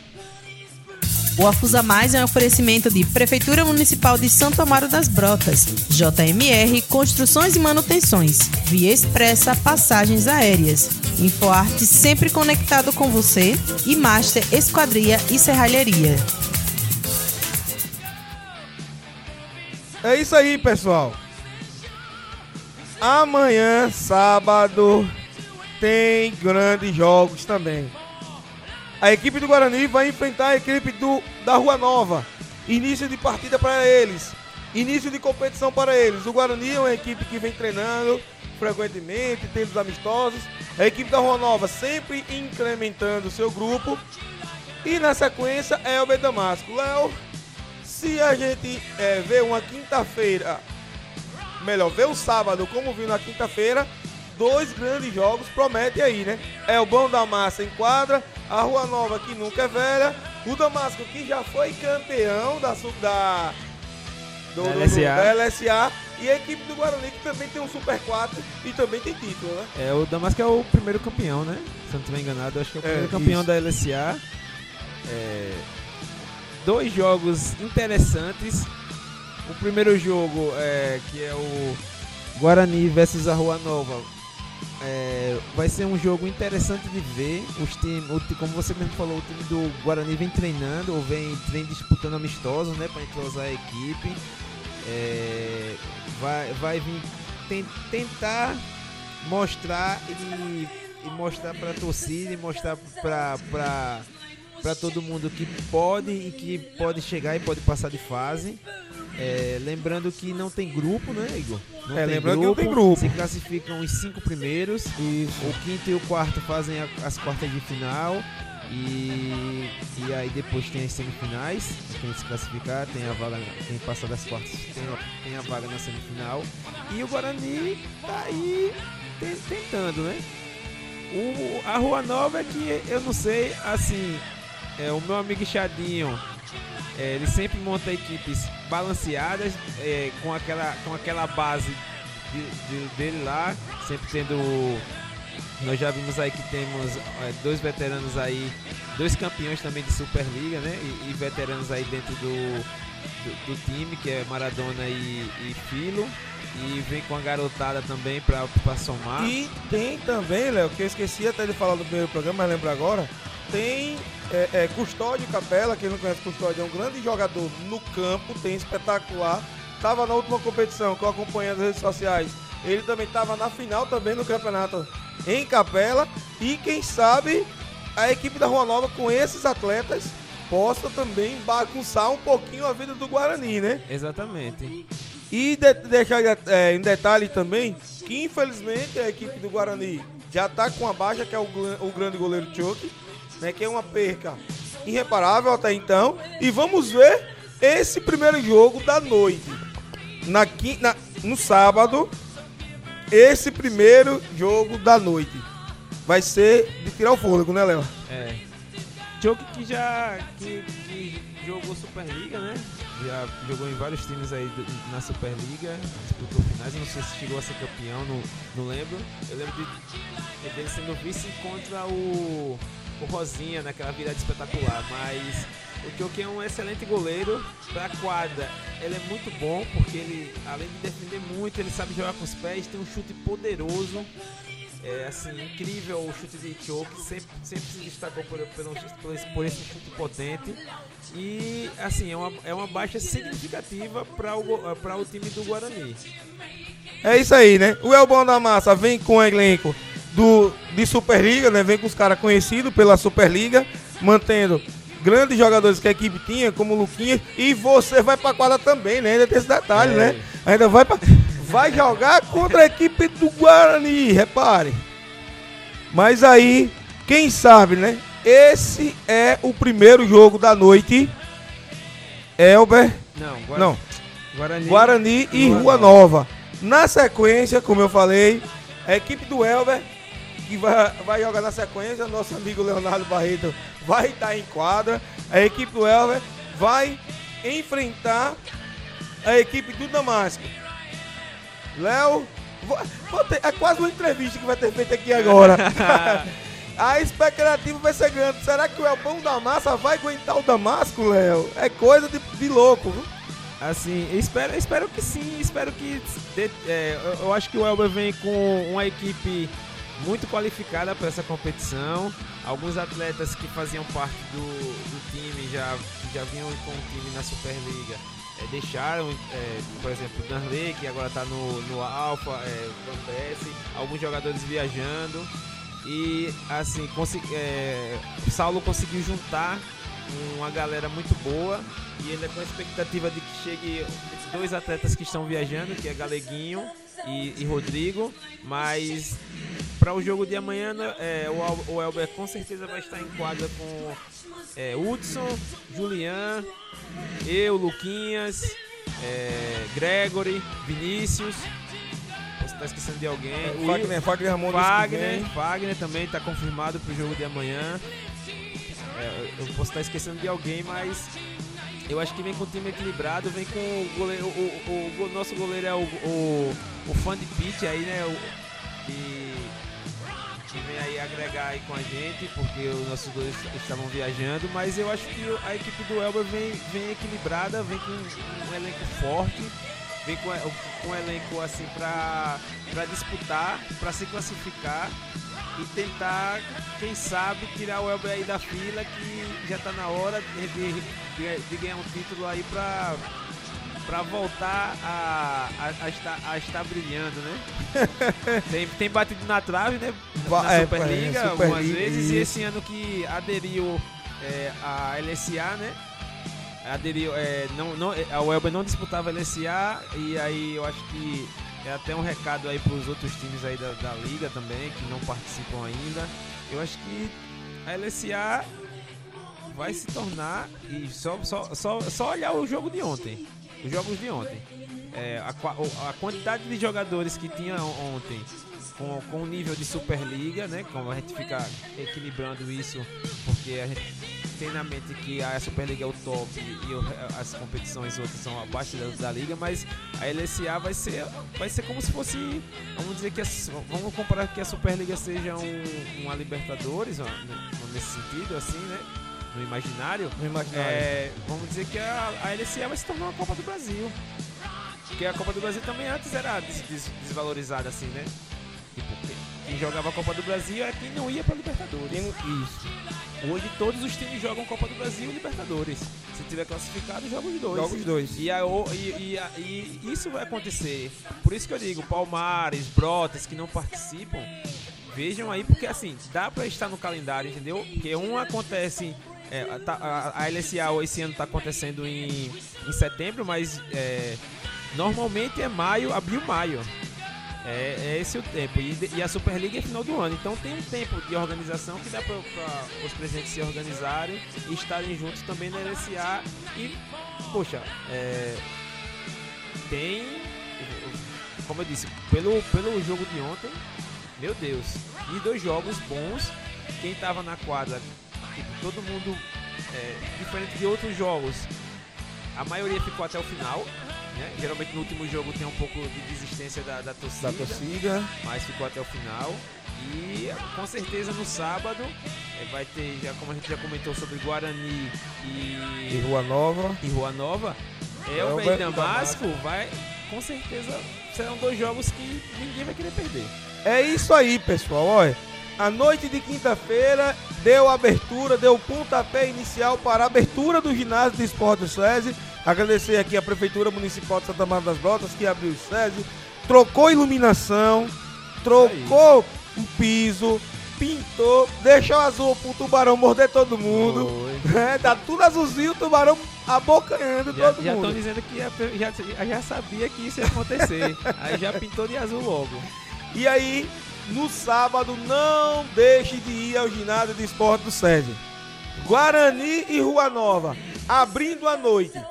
O Afusa Mais é um oferecimento de Prefeitura Municipal de Santo Amaro das Brotas, J M R Construções e Manutenções, Via Expressa Passagens Aéreas, InfoArte sempre conectado com você e Master Esquadria e Serralheria. É isso aí, pessoal. Amanhã, sábado, tem grandes jogos também. A equipe do Guarani vai enfrentar a equipe do, da Rua Nova. Início de partida para eles. Início de competição para eles. O Guarani é uma equipe que vem treinando frequentemente, tendo os amistosos. A equipe da Rua Nova sempre incrementando o seu grupo. E na sequência, Elber Damasco. Léo, se a gente é, vê uma quinta-feira, melhor, vê o sábado como viu na quinta-feira, dois grandes jogos prometem aí, né? Elbão da Massa em quadra, a Rua Nova que nunca é velha, o Damasco que já foi campeão da, da, do, da, do, L S A. da L S A e a equipe do Guarani que também tem um Super quatro e também tem título, né? É, o Damasco é o primeiro campeão, né? Se eu não estiver enganado, eu acho que é o primeiro É, campeão isso. da L S A. É, dois jogos interessantes. O primeiro jogo, é, que é o Guarani versus a Rua Nova, é, vai ser um jogo interessante de ver. Os time, o, como você mesmo falou, o time do Guarani vem treinando, ou vem, vem disputando amistosos, né, para entrosar a equipe. É, vai, vai vir ten, tentar mostrar e e mostrar pra torcida e mostrar pra, pra, pra todo mundo que pode e que pode chegar e pode passar de fase. É, lembrando que não tem grupo, né, Igor? Não É, tem lembrando que não tem grupo. Se classificam os cinco primeiros. Isso. O quinto e o quarto fazem a- as quartas de final. E, e aí depois tem as semifinais. Quem se classificar tem a vaga. Quem passar das quartas tem a, tem a vaga na semifinal. E o Guarani tá aí te- tentando, né? O, a Rua Nova é que eu não sei, assim, é, o meu amigo Chadinho, é, ele sempre monta equipes balanceadas, é, com, aquela, com aquela base de- de- dele lá, sempre tendo. Nós já vimos aí que temos é, dois veteranos aí, dois campeões também de Superliga, né? E, e veteranos aí dentro do, do, do time, que é Maradona e, e Filo. E vem com a garotada também pra, pra somar. E tem também, Léo, que eu esqueci até de falar no primeiro programa, mas lembro agora. Tem é, é, Custódio Capela, quem não conhece Custódio, é um grande jogador no campo, tem espetacular. Tava na última competição que eu acompanhei nas redes sociais. Ele também tava na final também no campeonato em Capela. E quem sabe a equipe da Rua Nova com esses atletas possa também bagunçar um pouquinho a vida do Guarani, né? Exatamente. E de, deixar é, em detalhe também que infelizmente a equipe do Guarani já está com a baixa, que é o, gl- o grande goleiro Choque, né, que é uma perca irreparável até então. E vamos ver esse primeiro jogo da noite. Na, quin- na, no sábado, esse primeiro jogo da noite vai ser de tirar o fôlego, né, Léo? É. Choque que já que, que jogou Superliga, né? Já jogou em vários times aí do- na Superliga, disputou finais, eu não sei se chegou a ser campeão, não, não lembro. Eu lembro de, dele sendo vice contra o, o Rosinha naquela virada espetacular, mas o Choque é um excelente goleiro pra quadra. Ele é muito bom porque ele, além de defender muito, ele sabe jogar com os pés, tem um chute poderoso. É assim, incrível o chute de Choque, sempre, sempre se destacou por, pelo, por, esse, por esse chute potente. E assim, é uma, é uma baixa significativa para o, para o time do Guarani. É isso aí, né? O Elbão da Massa vem com o elenco do, de Superliga, né? Vem com os caras conhecidos pela Superliga, mantendo grandes jogadores que a equipe tinha, como o Luquinhas. E você vai pra quadra também, né? Ainda tem esse detalhe, É. né? Ainda vai pra... vai jogar contra a equipe do Guarani, repare. Mas aí, quem sabe, né? Esse é o primeiro jogo da noite. Elber, Não, Guarani, não, Guarani, Guarani e Rua Rua Nova. Na sequência, como eu falei, a equipe do Elber, que vai, vai jogar na sequência, nosso amigo Leonardo Barreto vai estar em quadra. A equipe do Elber vai enfrentar a equipe do Damasco. Léo, vou- vou ter- é quase uma entrevista que vai ter feito aqui agora. A expectativa vai ser grande. Será que o Elbão da Massa vai aguentar o Damasco, Léo? É coisa de, de louco, viu? Assim, eu espero, eu espero que sim, espero que dê- é, eu, eu acho que o Elber vem com uma equipe muito qualificada para essa competição. Alguns atletas que faziam parte do, do time já, já vinham com o time na Superliga. É, deixaram, é, por exemplo, o Danley, que agora está no, no Alfa, é, Bambesse, alguns jogadores viajando. E assim, consegui, é, o Saulo conseguiu juntar uma galera muito boa e ainda com a expectativa de que chegue dois atletas que estão viajando, que é Galeguinho e, e Rodrigo, mas para o jogo de amanhã é, o, Al- o Elber com certeza vai estar em quadra com é, Hudson, Julian, eu, Luquinhas, é, Gregory, Vinícius. Posso estar esquecendo de alguém. O Fagner, Fagner Ramon disse que Fagner, vem. Fagner também está confirmado para o jogo de amanhã. É, eu posso estar esquecendo de alguém, mas eu acho que vem com o time equilibrado, vem com o goleiro, o, o- o nosso goleiro é o, o, o fã de pitch aí, né? O, que, que vem aí agregar aí com a gente, porque os nossos goleiros estavam viajando, mas eu acho que a equipe do Elber vem, vem equilibrada, vem com um elenco forte, vem com, com um elenco assim para para disputar, para se classificar e tentar, quem sabe, tirar o Elber aí da fila, que já tá na hora de, de, de- de ganhar um título aí pra, pra voltar a, a, a, estar, a estar brilhando, né? tem, tem batido na trave, né? Na É, Superliga é, algumas Superliga, vezes, isso. e esse ano que aderiu é, a L S A, né? Aderiu, é, não, não, a Welber não disputava a L S A, e aí eu acho que é até um recado aí pros outros times aí da, da Liga também, que não participam ainda. Eu acho que a L S A vai se tornar, e só, só, só, só olhar o jogo de ontem, os jogos de ontem, é, a, a quantidade de jogadores que tinha ontem com, com o nível de Superliga, né, como a gente fica equilibrando isso, porque a gente tem na mente que a Superliga é o top e o, as competições outras são abaixo da, da Liga, mas a L S A vai ser, vai ser como se fosse, vamos dizer que a, vamos comparar que a Superliga seja um, uma Libertadores, ó, nesse sentido, assim, né? No imaginário, No imaginário. É, vamos dizer que a, a L S A vai se tornar uma Copa do Brasil. Porque a Copa do Brasil também antes era des, des, desvalorizada, assim, né? Tipo, quem, quem jogava a Copa do Brasil é quem não ia pra Libertadores. Isso. Hoje todos os times jogam Copa do Brasil e Libertadores. Se tiver classificado, joga os dois. Joga os dois. E, a, e, e, a, e isso vai acontecer. Por isso que eu digo, Palmares, Brotas, que não participam, vejam aí, porque assim, dá pra estar no calendário, entendeu? Porque um acontece... É, tá, a, a L S A esse ano está acontecendo em, em setembro, mas é, normalmente é maio, abril, maio. É, é esse o tempo. E, e a Superliga é final do ano. Então tem um tempo de organização que dá para os presidentes se organizarem e estarem juntos também na L S A. E, poxa, é, tem, como eu disse, pelo, pelo jogo de ontem, meu Deus, e dois jogos bons. Quem estava na quadra, tipo, todo mundo, é, diferente de outros jogos, a maioria ficou até o final, né? Geralmente no último jogo tem um pouco de desistência da, da, torcida, Da torcida. mas ficou até o final. E com certeza no sábado é, vai ter, já, como a gente já comentou sobre Guarani e, E Rua Nova. e Rua Nova, Elber Elber e e Damasco, vai, com certeza serão dois jogos que ninguém vai querer perder. É isso aí, pessoal. Olha, a noite de quinta-feira deu abertura, deu pontapé inicial para a abertura do ginásio de esporte do SESI. Agradecer aqui a Prefeitura Municipal de Santa Maria das Brotas, que abriu o SESI, trocou iluminação, trocou o piso, pintou, deixou azul pro tubarão morder todo mundo. É, tá tudo azulzinho, o tubarão abocanhando Já todo estão mundo. dizendo que já, já, já sabia que isso ia acontecer. Aí já pintou de azul logo. E aí, no sábado, não deixe de ir ao ginásio de esporte do SESI. Guarani e Rua Nova, abrindo a noite.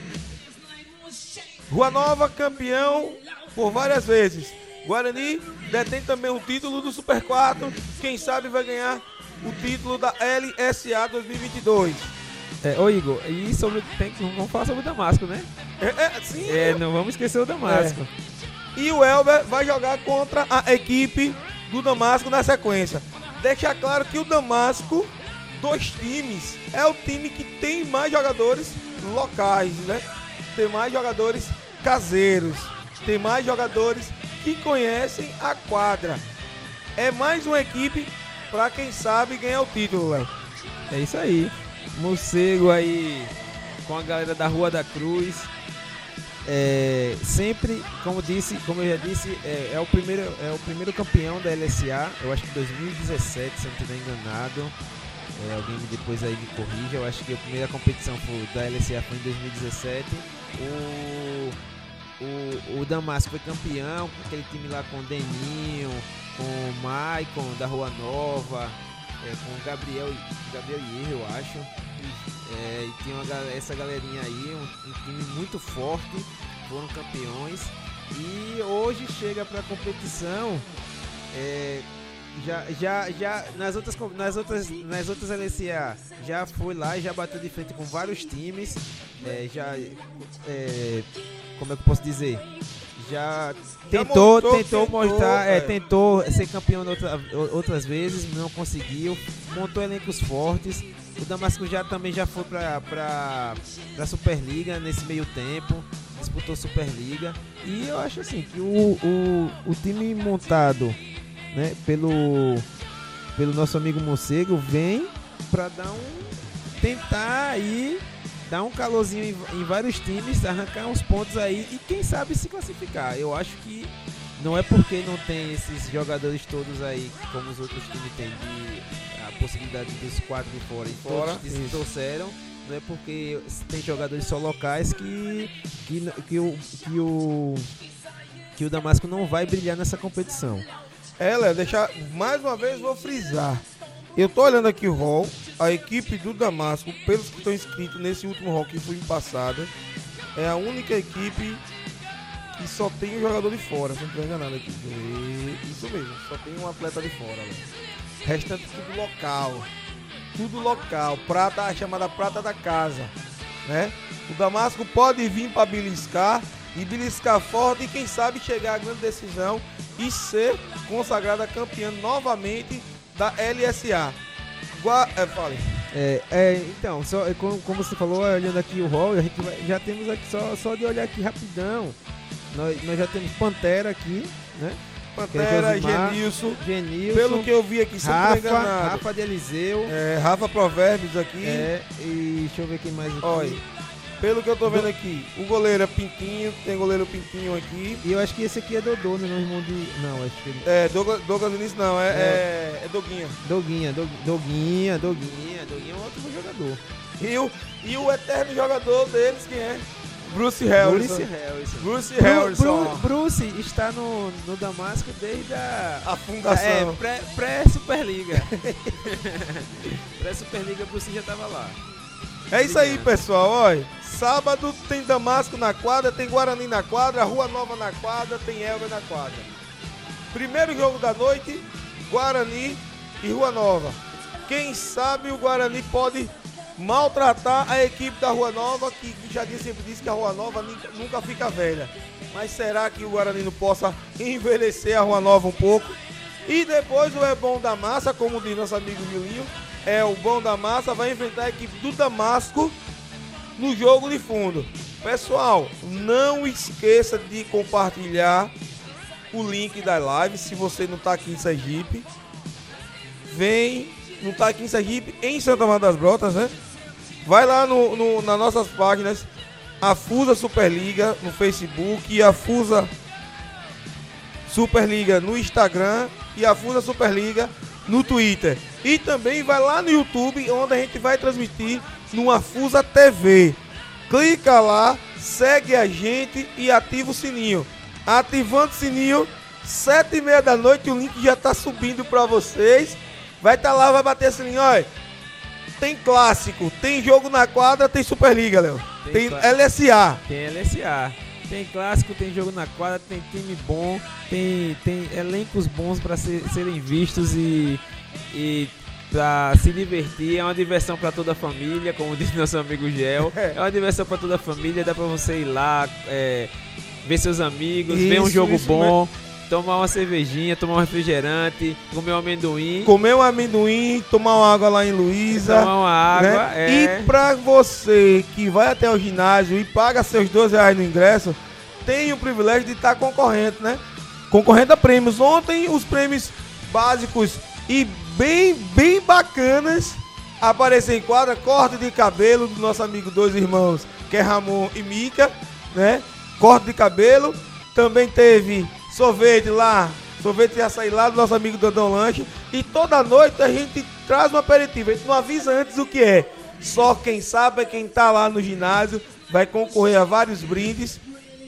Rua Nova, campeão por várias vezes. Guarani detém também o título do Super quatro. Quem sabe vai ganhar o título da L S A dois mil e vinte e dois. É, ô Igor, e sobre, tem, vamos falar sobre o Damasco, né? É, é, sim, É, não vamos esquecer o Damasco. E o Elber vai jogar contra a equipe do Damasco na sequência. Deixar claro que o Damasco, dos times, é o time que tem mais jogadores locais, né? Tem mais jogadores caseiros, tem mais jogadores que conhecem a quadra. É mais uma equipe para quem sabe ganhar o título, Léo. É isso aí. Morcego aí com a galera da Rua da Cruz. É, sempre, como disse, como eu já disse, é, é o primeiro, é o primeiro campeão da L S A. Eu acho que dois mil e dezessete, se eu não estiver enganado. É, alguém depois aí me corrija. Eu acho que a primeira competição foi, da L S A foi em dois mil e dezessete. O, o, o Damasco foi campeão com aquele time lá com o Deninho, com o Maicon da Rua Nova, é, com o Gabriel, Gabriel Hierro, eu acho. É, e tinha uma, essa galerinha aí, um, um time muito forte, foram campeões. E hoje chega para a competição. É, Já, já, já nas outras, nas outras, nas outras L S A já foi lá e já bateu de frente com vários times. É, já, é, como é que eu posso dizer? Já tentou, mostrou, tentou, tentou, mostrar, é, é. tentou ser campeão outra, outras vezes, não conseguiu. Montou elencos fortes. O Damasco já também já foi para para para Superliga nesse meio tempo, disputou Superliga. E eu acho assim que o, o, o time montado, né, pelo, pelo nosso amigo Morcego, vem para dar um tentar aí dar um calorzinho em, em vários times, arrancar uns pontos aí e quem sabe se classificar. Eu acho que não é porque não tem esses jogadores todos aí, como os outros times têm, de a possibilidade dos quatro de fora e Fora, todos se trouxeram. Não é porque tem jogadores só locais que, que, que, o, que, o, que o Damasco não vai brilhar nessa competição. É, Léo, deixar mais uma vez vou frisar. Eu tô olhando aqui o hall, a equipe do Damasco, pelos que estão inscritos nesse último hall que foi em passada, é a única equipe que só tem um jogador de fora, se não estou enganado aqui. Isso mesmo, só tem um atleta de fora, Léo. Restante tudo local. Tudo local, prata, a chamada prata da casa, né? O Damasco pode vir para beliscar e beliscar forte e quem sabe chegar à grande decisão e ser consagrada campeã novamente da L S A. Gua... É, fale. É, é, então, só, é, como, como você falou, olhando aqui o hall, a gente vai, já temos aqui, só, só de olhar aqui rapidão, nós, nós já temos Pantera aqui, né? Pantera, Josimar, Genilson, Genilson, pelo que eu vi aqui, sempre Rafa, enganado. Rafa de Eliseu, É, Rafa Provérbios aqui. é, e deixa eu ver quem mais aqui. Olha, pelo que eu tô vendo aqui, o goleiro é Pintinho, tem goleiro Pintinho aqui. E eu acho que esse aqui é Dodô, né? Não, irmão de... Não, acho que ele... É, Douglas, Douglas Vinícius não, é, é. é Doguinha. Doguinha, Dog- Doguinha, Doguinha, Doguinha é um ótimo jogador. E o, e o eterno jogador deles, quem é? Bruce Harrison. Bruce Harrison. Bruce Bru- Harrison. Bru- Bruce está no, no Damasco desde a... A fundação. É, pré- pré-Superliga. Pré-Superliga, Bruce já tava lá. É isso aí, pessoal. Olha, sábado tem Damasco na quadra, tem Guarani na quadra, Rua Nova na quadra, tem Elber na quadra. Primeiro jogo da noite, Guarani e Rua Nova. Quem sabe o Guarani pode maltratar a equipe da Rua Nova, que, que já disse, sempre disse que a Rua Nova nunca, nunca fica velha. Mas será que o Guarani não possa envelhecer a Rua Nova um pouco? E depois o É Bom da Massa, como diz nosso amigo Julinho, é o Bom da Massa, vai enfrentar a equipe do Damasco no jogo de fundo. Pessoal, não esqueça de compartilhar o link da live, se você não está aqui em Sergipe. Vem, não está aqui em Sergipe, em Santa Maria das Brotas, né? Vai lá no, no, nas nossas páginas, a Fusa Superliga no Facebook e a Fusa Superliga no Instagram e a Fusa Superliga no Twitter. E também vai lá no YouTube, onde a gente vai transmitir no Afusa T V. Clica lá, segue a gente e ativa o sininho. Ativando o sininho, sete e meia da noite, o link já tá subindo para vocês. Vai estar tá lá, vai bater assim, olha. Tem clássico, tem jogo na quadra, tem Superliga, Léo. Tem, tem clá- L S A. Tem L S A. Tem clássico, tem jogo na quadra, tem time bom, tem, tem elencos bons para ser, serem vistos e, e para se divertir. É uma diversão para toda a família, como disse nosso amigo Gel. É uma diversão para toda a família, dá para você ir lá, é, ver seus amigos, isso, ver um jogo bom. Mesmo. Tomar uma cervejinha, tomar um refrigerante, comer um amendoim. Comer um amendoim, tomar uma água lá em Luísa. Tomar uma água, né? é. E pra você que vai até o ginásio e paga seus doze reais no ingresso, tem o privilégio de estar concorrendo, né? Concorrendo a prêmios. Ontem os prêmios básicos e bem, bem bacanas apareceram em quadra. Corte de cabelo do nosso amigo Dois Irmãos, que é Ramon e Mica, né? Corte de cabelo. Também teve sorvete lá, sorvete de açaí lá do nosso amigo Dodão Lanche. E toda noite a gente traz um aperitivo. A gente não avisa antes o que é. Só quem sabe é quem tá lá no ginásio. Vai concorrer a vários brindes.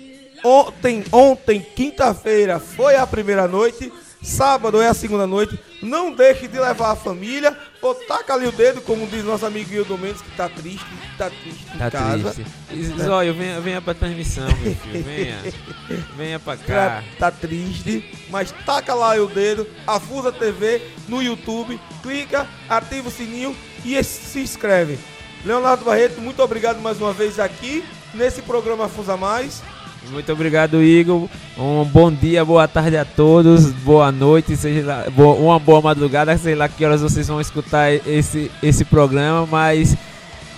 Ontem, ontem, quinta-feira, foi a primeira noite. Sábado é a segunda noite. Não deixe de levar a família. Ou taca ali o dedo, como diz nosso amigo Guilherme Mendes, que tá triste, tá triste em tá casa. Triste. Zóio, venha, venha pra transmissão, meu filho. Venha. Venha pra cá. Tá, tá triste, mas taca lá o dedo, a Fusa T V no YouTube, clica, ativa o sininho e se inscreve. Leonardo Barreto, muito obrigado mais uma vez aqui nesse programa Fusa Mais. Muito obrigado, Igor. Um bom dia, boa tarde a todos. Boa noite, seja lá, boa, uma boa madrugada. Sei lá que horas vocês vão escutar esse, esse programa, mas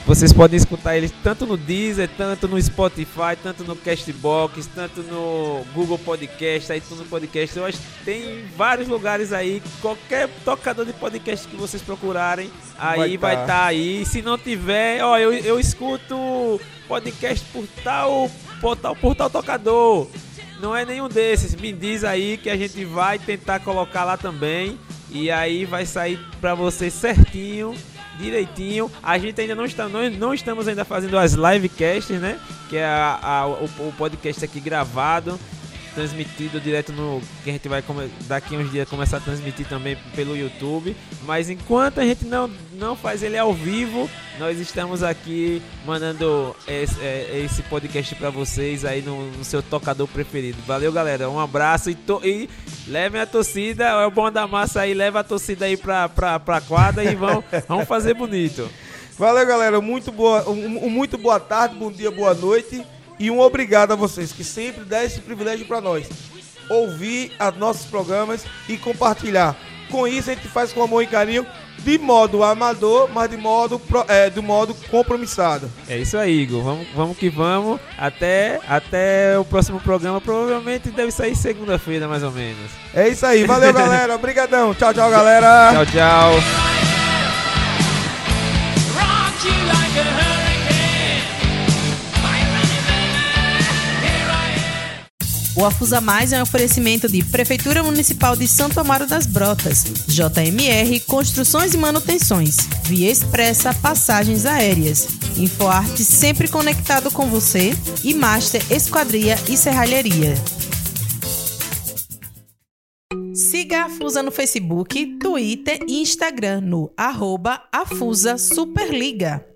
Vocês podem escutar eles tanto no Deezer, tanto no Spotify, tanto no Castbox, tanto no Google Podcast, aí tudo no podcast. Eu acho que tem vários lugares aí, qualquer tocador de podcast que vocês procurarem, aí vai estar tá. tá aí. Se não tiver, ó, eu, eu escuto podcast por tal, por tal, por tal tocador. Não é nenhum desses. Me diz aí que a gente vai tentar colocar lá também. E aí vai sair pra vocês certinho, direitinho. A gente ainda não está, nós não estamos ainda fazendo as livecasts, né? Que é a, a, o, o podcast aqui gravado, transmitido direto no... Que a gente vai come, daqui a uns dias começar a transmitir também pelo YouTube. Mas enquanto a gente não, não faz ele ao vivo, nós estamos aqui mandando esse, esse podcast para vocês aí no, no seu tocador preferido. Valeu, galera. Um abraço e, to, e levem a torcida. É o bom da massa aí. Leva a torcida aí pra, pra, pra quadra e vão, vão fazer bonito. Valeu, galera. Muito boa, um, um, muito boa tarde, bom dia, boa noite. E um obrigado a vocês que sempre dão esse privilégio para nós. Ouvir os nossos programas e compartilhar. Com isso a gente faz com amor e carinho, de modo amador, mas de modo, é, de modo compromissado. É isso aí, Igor. Vamos, vamos que vamos. Até, até o próximo programa. Provavelmente deve sair segunda-feira, mais ou menos. É isso aí. Valeu, galera. Obrigadão. Tchau, tchau, galera. Tchau, tchau. O Afusa Mais é um oferecimento de Prefeitura Municipal de Santo Amaro das Brotas, J M R Construções e Manutenções, Via Expressa Passagens Aéreas, InfoArte sempre conectado com você e Master Esquadria e Serralheria. Siga a Afusa no Facebook, Twitter e Instagram no arroba Afusa Superliga.